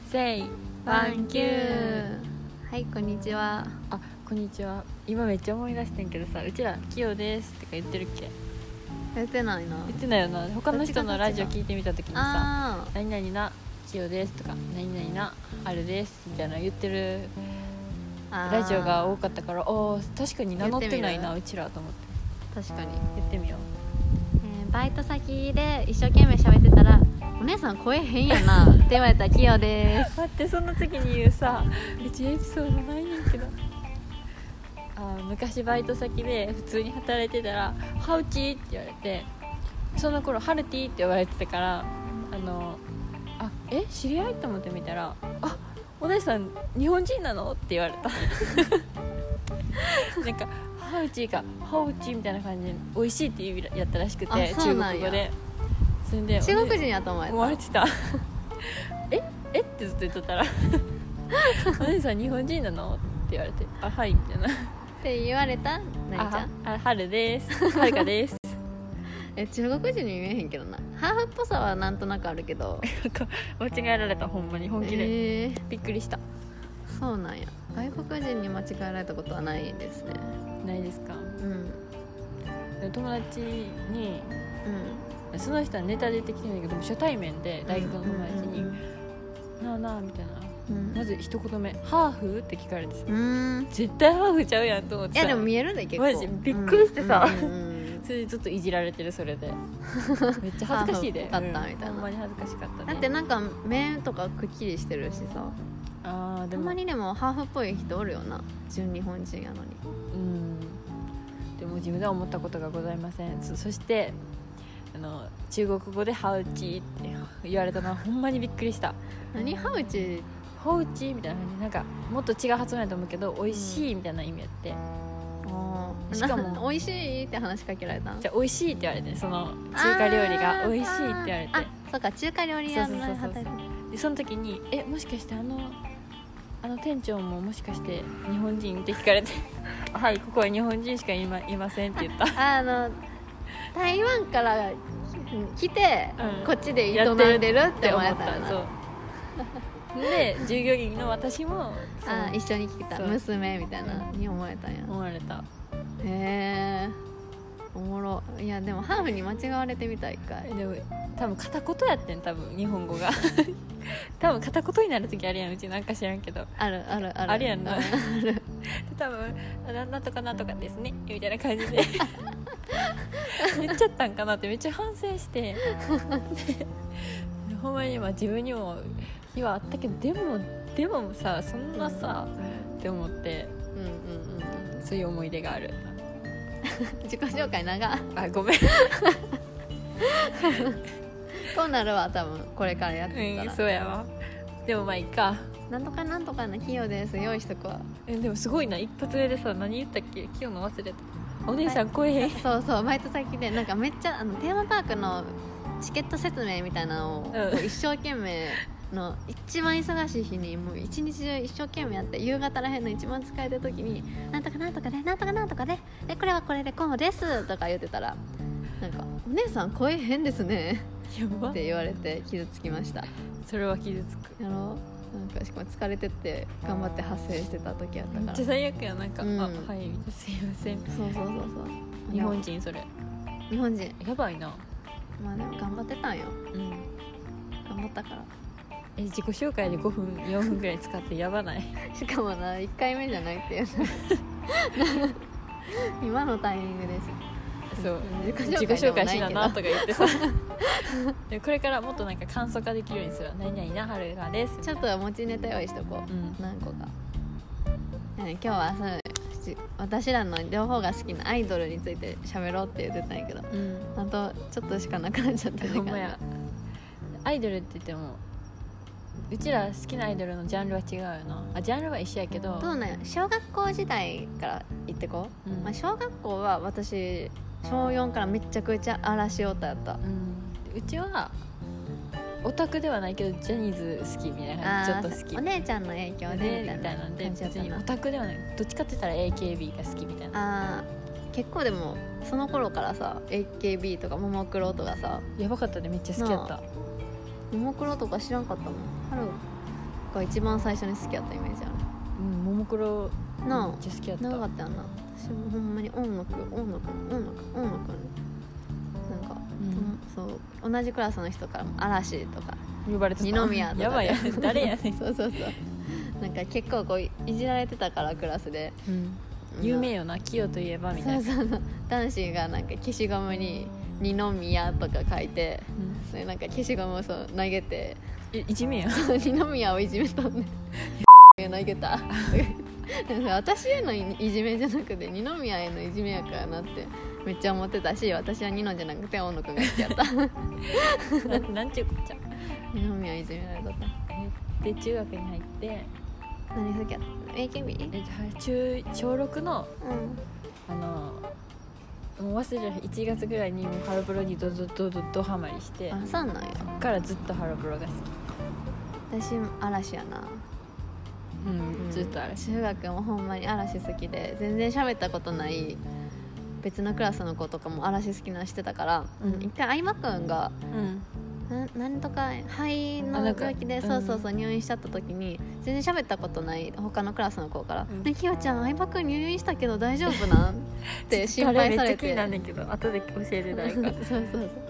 セイワンキュー。 はい、こんにちは。 あ、こんにちは。今めっちゃ思い出してんけどさ、うちらキヨですとか言ってるっけ？ 言ってないな。 言ってないよな。他の人のラジオ聞いてみた時にさ、 あ何々なキヨですとか何々なあるですみたいな言ってるラジオが多かったから、確かに名乗ってないなうちらと思って。 確かに言ってみよう。 バイト先で一生懸命喋ってたら、お姉さん声変やなって言われたキヨです待って、その次に言うさ、うちエピソードないねんけど、昔バイト先で普通に働いてたらハウチって言われて、その頃ハルティって言われてたから、知り合いと思ってみたら、お姉さん日本人なのって言われたなんかハウチがハウチみたいな感じで美味しいって意味やったらしくて、中国語で。それで中国人やと思われてたえってずっと言っとったらお姉さん日本人なのって言われて、はいみたいなって言われた。何ちゃん？ 春です、はるかです中国人に見えへんけどな。ハーフっぽさはなんとなくあるけど間違えられた、ほんまに本気で、びっくりした。 そうなんや。外国人に間違えられたことはないですね。 ないですか？ うん。 友達に、その人はネタ出てきてるんだけど、初対面で大学の友達に、なあなあみたいな、まず一言目ハーフって聞かれてさ、絶対ハーフちゃうやんと思ってさ。 いやでも見えるね結構。 マジびっくりしてさ、それでずっといじられてる。それでめっちゃ恥ずかしいでハーフだったみたいな、 ほんまに恥ずかしかったね。 だってなんか目とかくっきりしてるしさ。 でもたまにでもハーフっぽい人おるよな、純日本人やのに。 でも自分では思ったことがございません。そして中国語でハウチって言われたのはほんまにびっくりした。 何ハウチ？ ハウチみたいな感じで、なんかもっと違う発音やと思うけど、美味しいみたいな意味やって、しかも美味しいって話しかけられたん？ じゃあ美味しいって言われて、その中華料理が美味しいって言われて、 そうか、中華料理屋の働いてる。 でその時にもしかしてあの店長ももしかして日本人って聞かれてはい、ここは日本人しかいませんって言った台湾から来て、こっちで営んでるって思ったよな。 そうで従業員の私も一緒に来た娘みたいなに思われたんや。 思われた。 へえ、おもろ。いやでもハーフに間違われてみたいかい。 でも多分片言やってん、多分日本語が多分片言になる時あるやん、うちなんか知らんけど。 あるやんな多分なんとかなんとかですねみたいな感じで言っちゃったんかなってめっちゃ反省してほんまに自分にも日はあったけど、でもさ、そんなさ、って思って、そういう思い出がある。 自己紹介長。 ごめんこうなるわ多分これからやってたら。 そうやわ。でもいいか。 なんとかなんとかなキヨです、用意しとくわ。 でもすごいな、一発目でさ、何言ったっけ、キヨの忘れた。お姉さん声変。 そうバイト先でなんかめっちゃテーマパークのチケット説明みたいなのを、一生懸命の一番忙しい日にもう一日中一生懸命やって、夕方らへんの一番疲れてる時になんとかなんとかでなんとかなんとかでこれはこれでこうですとか言ってたら、なんかお姉さん声変ですねって言われて傷つきました。 それは傷つくやろ。なんかしかも疲れてって頑張って発声してた時やったからめっちゃ最悪や。なんか、はいすいません。 そう日本人、それ日本人やばいな。 まあでも頑張ってたんよ。頑張ったから。 自己紹介で5分4分ぐらい使ってやばない？ しかもな1回目じゃないっていう今のタイミングです。 そう自己紹介しななとか言ってさでこれからもっとなんか簡素化できるようにする。何々なはるがです。 ちょっと持ちネタ用意しとこう、何個か。今日は私らの両方が好きなアイドルについて喋ろうって言ってたんやけど、あとちょっとしかなくなっちゃった時間。 アイドルって言ってもうちら好きなアイドルのジャンルは違うよな。ジャンルは一緒やけど、 どうなんや。小学校時代から言ってこう、小学校は私小4からめっちゃくちゃ嵐オタやった。 うちはオタクではないけどジャニーズ好きみたいな、ちょっと好き。 お姉ちゃんの影響でみたいな感じだったな。 別にオタクではない、どっちかって言ったら AKB が好きみたいな。 結構でもその頃からさ AKB とかももクロとかさやばかったね。めっちゃ好きやった。 ももクロとか知らんかったもん。 が一番最初に好きやったイメージある。 ももクロなあめっちゃ好きやった。 長かったよな。私もほんまに大野くんなんか、そう同じクラスの人からも嵐とか呼ばれてた。 二宮とかやばいやん誰やねん。 そうなんか結構こういじられてたからクラスで、 有名よな、清といえばみたいな。 そう男子がなんか消しゴムに二宮とか書いて、それなんか消しゴムをそう投げて、 いじめやん。 二宮をいじめたんで投げたでも私へのいじめじゃなくて二宮へのいじめやからなってめっちゃ思ってたし、私は二野じゃなくて大野くんが好きやったなんちゅうこっちゃ。 二宮いじめられとった。 で中学に入って何好きやった AKB？ 小6のもう忘れる1月ぐらいにもうハロプロにドハマりして、 あ、そうなんや。 そっからずっとハロプロが好き。 私嵐やな。 ずっと嵐。 中学もほんまに嵐好きで、全然喋ったことない別のクラスの子とかも嵐好きなのしてたから、一回相葉くんが、なんとか肺の病気でそう入院しちゃった時に、全然喋ったことない他のクラスの子から「ね、きよちゃん相葉くん入院したけど大丈夫なん?」って心配されて、めっちゃ気になんねんけど後で教えてないからそう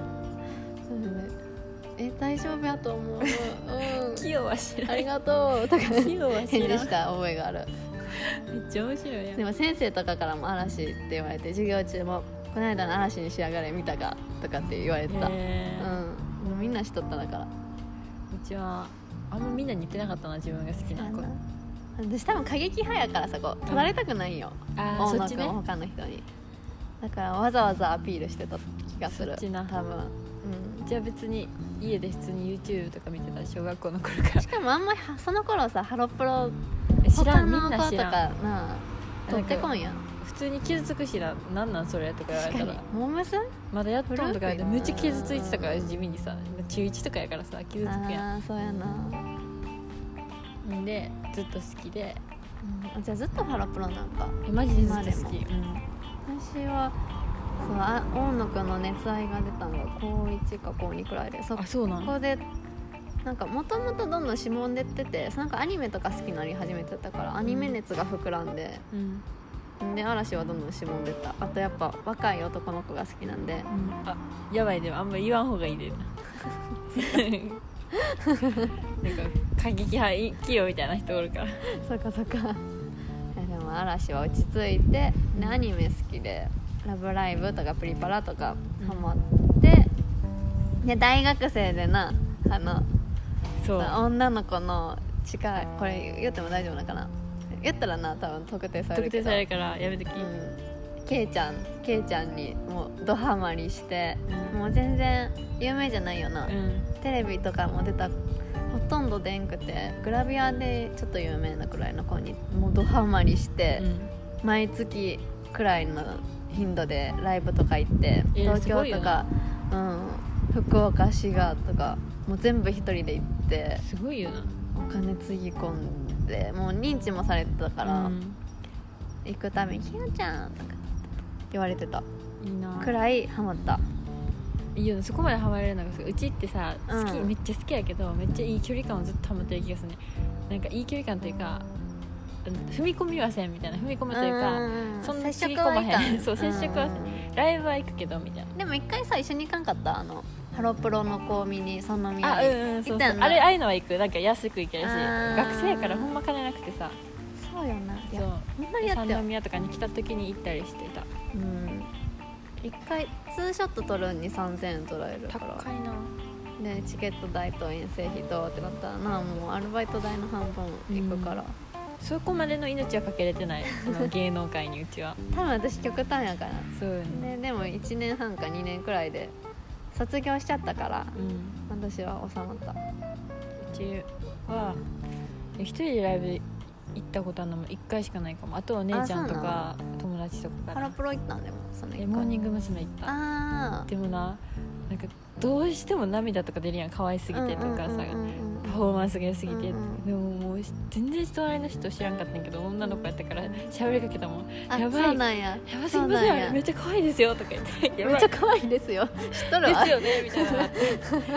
大丈夫やと思うきよは知らん、 ありがとうとか返きよは知らん事した覚えがある。 めっちゃ面白いやん。 でも先生とかからも嵐って言われて、授業中も「この間の嵐に仕上がれ見たか?」とかって言われてた。みんなしとっただから。うちはあんまみんな似てなかったな、自分が好きな子。 私多分過激派やからさ、こう取られたくないよ、大野くん、他の人に。だからわざわざアピールしてた気がする。 そっちな多分、 じゃあ別に家で普通に YouTube とか見てた、小学校の頃から。 しかもあんまりその頃さハロプロ知らん、みん他の子とかな知らんな取ってこんやん。 普通に傷つくしな、なんなんそれとか言われたら、 モームスまだやっとんとか言ってめっちゃ傷ついてたから、地味にさ中1とかやからさ傷つくやん。 ああそうやな。 んでずっと好きで、 じゃあずっとハロプロなんか。 マジでずっと好き。 私はそう大野くんの熱愛が出たのが高1か高2くらいで、 そうなん。 ここでなんかもともとどんどんしぼんでってて、なんかアニメとか好きになり始めてたから、アニメ熱が膨らんで、で嵐はどんどんしぼんでった。あとやっぱ若い男の子が好きなんで、 やばい、でもあんま言わん方がいいでなんか過激派キヨみたいな人おるから。 そっかでも嵐は落ち着いて、アニメ好きでラブライブとかプリパラとかハマって、で大学生でなそう女の子の力、これ言っても大丈夫なのかな、言ったらな多分特定されるけど、 特定されるからやめとき。 ケイちゃんにもうドハマりして、もう全然有名じゃないよな、テレビとかも出たほとんど出んくて、グラビアでちょっと有名なくらいの子にもうドハマりして、毎月くらいの頻度でライブとか行って、東京とか、福岡滋賀とかもう全部一人で行って、 すごいよな。 お金つぎ込んで、もう認知もされてたから、行くために「ひよちゃん」とか言われてた。 いいなくらいハマった。 いいよな、そこまでハマれるのがすごい。うちってさ、めっちゃ好きやけど、めっちゃいい距離感をずっと保ってる気がするね。なんかいい距離感というか、踏み込みはせんみたいな、踏み込むというか、そんな接触はへん。そう接触はせん、ライブは行くけどみたいな。 でも一回さ一緒に行かんかった？ハロプロの子見にその宮にそうああいうのは行く。なんか安く行けるし、学生やからほんま金なくてさ。 そうよな。 そうほんまにやって三宮とかに来た時に行ったりしてた。一回ツーショット撮るに3000円取られるから。 高いな。 でチケット代と遠征費とってなったらな、もうアルバイト代の半分行くから、 そこまでの命はかけれてない芸能界に。うちは多分私極端やから。 そうね。 でも1年半か2年くらいで卒業しちゃったから、私は収まった。うちは一人でライブ行ったことあるのも1回しかないかも。あとお姉ちゃんとか友達とかから。 ハロプロ行ったんでもそのモーニング娘。行った。でもなんかどうしても涙とか出るやん、可愛すぎてとかさ、パフォーマンスが良すぎて、でももう全然隣の人知らんかったんやけど、女の子やったから喋りかけたもん。やばい、 そうなんや、 やばすぎません、めっちゃ可愛いですよとか言って、 めっちゃ可愛いですよ、知っとるわですよねみたいなそ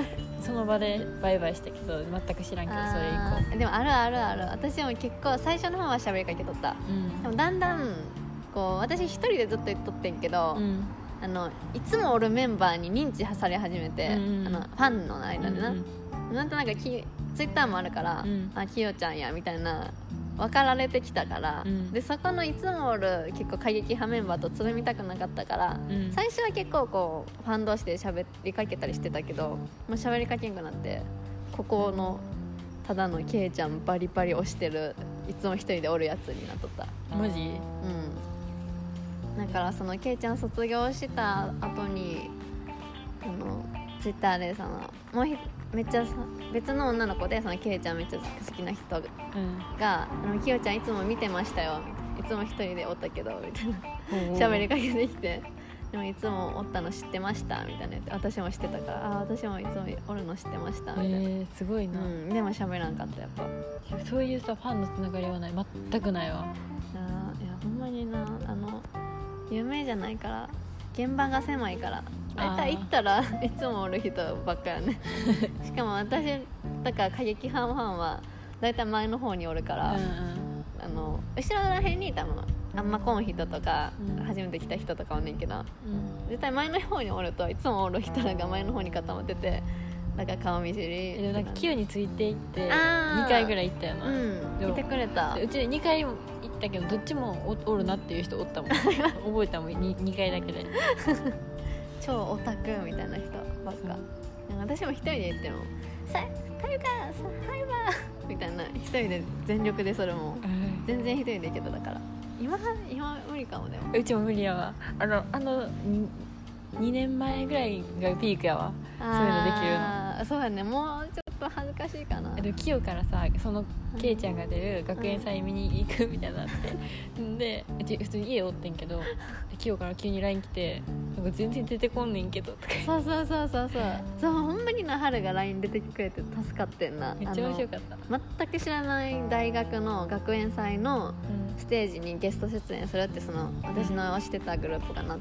その場でバイバイしたけど全く知らんけどそれ以降でもあるあるある。私も結構最初の方は喋りかけとった、でもだんだんこう私一人でずっと言っとってんけど、いつもおるメンバーに認知され始めて、ファンの間でな、なんとなくツイッターもあるから、あきよちゃんやみたいな分かられてきたから、でそこのいつもおる結構過激派メンバーとつるみたくなかったから、最初は結構こうファン同士で喋りかけたりしてたけど、もう喋りかけんくなって、ここのただのケイちゃんバリバリ推してるいつも一人でおるやつになっとった。 マジ？ だからそのケイちゃん卒業した後にツイッターでもうめっちゃ別の女の子でそのケイちゃんめっちゃ好きな人が「きよちゃんいつも見てましたよ」いつも一人でおったけどみたいな喋りかけてきて、でもいつもおったの知ってましたみたいな言って、私も知ってたから、私もいつもおるの知ってましたみたいな、 すごいな、 でも喋らんかった。やっぱそういうさファンのつながりはない、全くないわ。 いやほんまにな、有名じゃないから現場が狭いから大体行ったらいつもおる人ばっかやねしかも私だから過激派のファンは大体前の方におるから、後ろら辺に多分あんま来ん人とか、初めて来た人とかおんねんけど、絶対前の方におるといつもおる人らが前の方に固まってて、だから顔見知り。 でもなんかキヨについて行って2回ぐらい行ったよな。 来てくれた。 うち2回行ったけどどっちもおるなっていう人おったもん覚えたもん 2回だけで超オタクみたいな人ばっか。私も一人で行ってもさタイガーさハイバーみたいな、一人で全力でそれも全然一人で行けた。だから今無理かもね。 うちも無理やわ。2年前ぐらいがピークやわ、そういうのできるの。 そうやね、もうちょっと恥ずかしいかな。 でもキヨからさ、そのケイちゃんが出る学園祭見に行くみたいになって、でうち普通に家おってんけど、キヨから急に LINE 来て、なんか全然出てこんねんけどとか。 そうほんまにな、春が LINE 出てくれて助かってんな。 めっちゃ面白かった。 全く知らない大学の学園祭のステージにゲスト出演するって、その私の推してたグループがなって、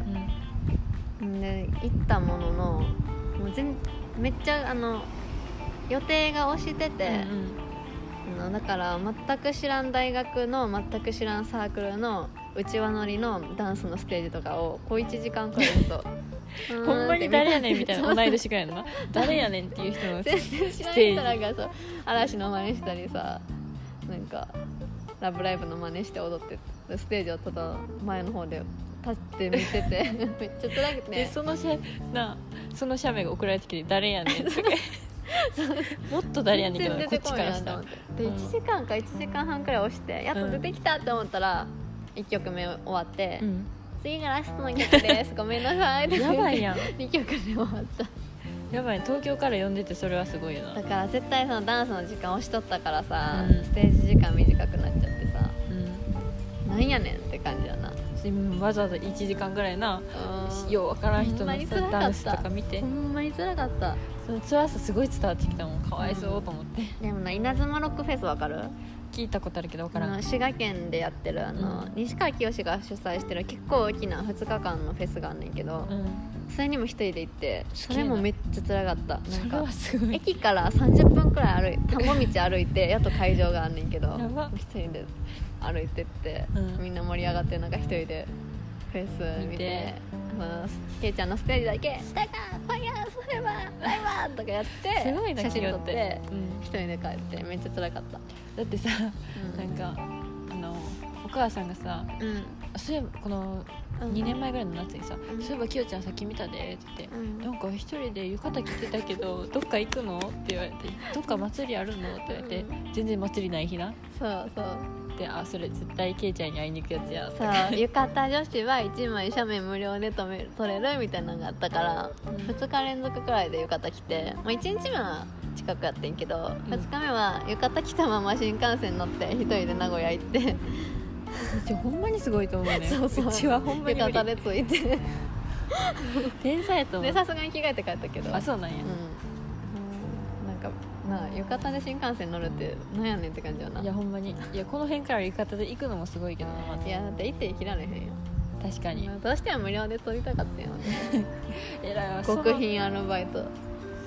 で行ったものの、もうめっちゃ予定が押してて、だから全く知らん大学の全く知らんサークルの内輪乗りのダンスのステージとかを小1時間くらいとほんまに誰やねんみたいな、同い年くらいのな誰やねんっていう人の全然知らない人らがさ、嵐の真似したりさ、なんかラブライブの真似して踊って、ステージをただ前の方で立って見ててめっちゃ辛くて、 でその写メが送られてきて誰やねんとかもっと誰やねんけど、こっちからしたらで1時間か1時間半くらい押してやっと出てきたって思ったら、1曲目終わって、次がラストの曲ですごめんなさいってやばいやん 2曲で終わった。 やばい、東京から呼んでてそれはすごいよな。 だから絶対そのダンスの時間押しとったからさ、ステージ時間短くなっちゃってさ、なんやねんって感じやな。 わざわざ1時間ぐらいな、ようわからん人のダンスとか見て、 ほんまに辛かった。 その辛さすごい伝わってきたもん、かわいそうと思って、 でもな、稲妻ロックフェスわかる？ 聞いたことあるけどわからん。 滋賀県でやってる西川きよしが主催してる結構大きな2日間のフェスがあんねんけど、それにも一人で行って、それもめっちゃ辛かった。なんか駅から30分くらい田んぼ道歩いてやっと会場があんねんけど、一人で歩いてって、みんな盛り上がって、なんか一人でフェス見て、ケイちゃんのステージだけ「タイガーファイヤーそれはライバー!」とかやって写真撮って一人で帰って、めっちゃ辛かった。 だってさ、なんかお母さんがさ、そういえばこの2年前ぐらいの夏にさ、そういえばきよちゃんさっき見たでって言って、なんか一人で浴衣着てたけどどっか行くのって言われて、どっか祭りあるのって言われて、全然祭りない日な。 そうで、それ絶対ケイちゃんに会いに行くやつや。 そう浴衣女子は1枚写メ無料で撮れるみたいなのがあったから、2日連続くらいで浴衣着て、1日目は近くやってんけど、2日目は浴衣着たまま新幹線乗って一人で名古屋行ってほんまにすごいと思うね。うちはほんまに浴衣でついて天才やと思う。 でさすがに着替えて帰ったけど、 そうなんや。 なんか浴衣で新幹線乗るってなんやねんって感じよな。 いやほんまに、いやこの辺から浴衣で行くのもすごいけどな。 いやだって行って生きられへんよ。 確かに、 どうしても無料で撮りたかったよねえらいわ。 極貧アルバイト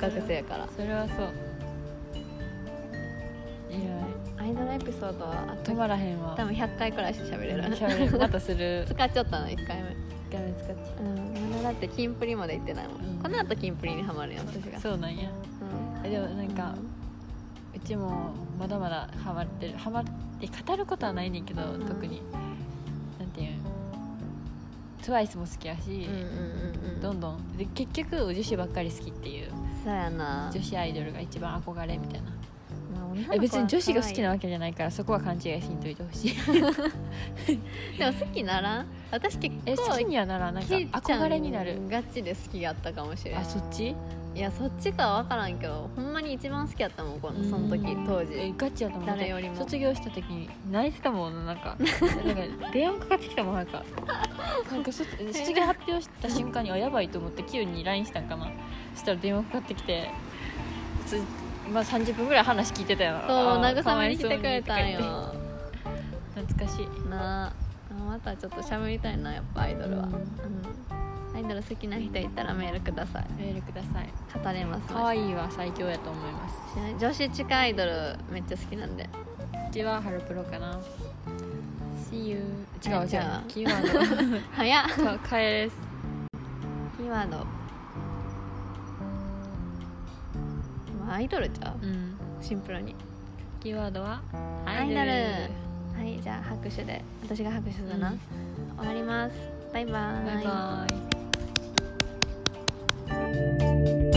学生やから。 それはそう偉い。 アイドルエピソードはあと止まらへんわ。 多分100回くらいしか喋れる。 喋るまたする。 使っちゃったの1回目。 1回目使っちゃった。 まだだってキンプリまで行ってないもん、この後キンプリにハマるやん私が。 そうなんや、でもなんか、うちもまだまだハマってる。ハマって語ることはないねんけど、特になんていうの、TWICE も好きやし、どんどんで結局女子ばっかり好きっていう。 そうやな、 女子アイドルが一番憧れみたいな。 別に女子が好きなわけじゃないから、そこは勘違いしんといてほしい。 でも好きなら私結構好きにはならなんか憧れになる。 ガチで好きやったかもしれない。 そっち？ いやそっちかは分からんけど、ほんまに一番好きやったもんその時当時。 ガチやったもん。 誰よりも卒業した時に泣いてたもん。なんか電話かかってきたもん。なんか卒業発表した瞬間にやばいと思ってキュンに LINE したんかな。そしたら電話かかってきて、30分ぐらい話聞いてたよ。 そう慰めに来てくれたんよ。 懐かしいなあ。またちょっと喋りたいな、やっぱアイドルは。アイドル好きな人いたらメールください。 メールください。 語れます。 可愛いは最強やと思います。 女子地下アイドルめっちゃ好きなんで。 うちはハロプロかな。See you。違う。キーワード早っ。 カエです。 キーワードアイドルちゃう、シンプルに。 キーワードはアイドル。はい、じゃあ拍手で、私が拍手するな、終わります。バイバーイ。 バイバイ。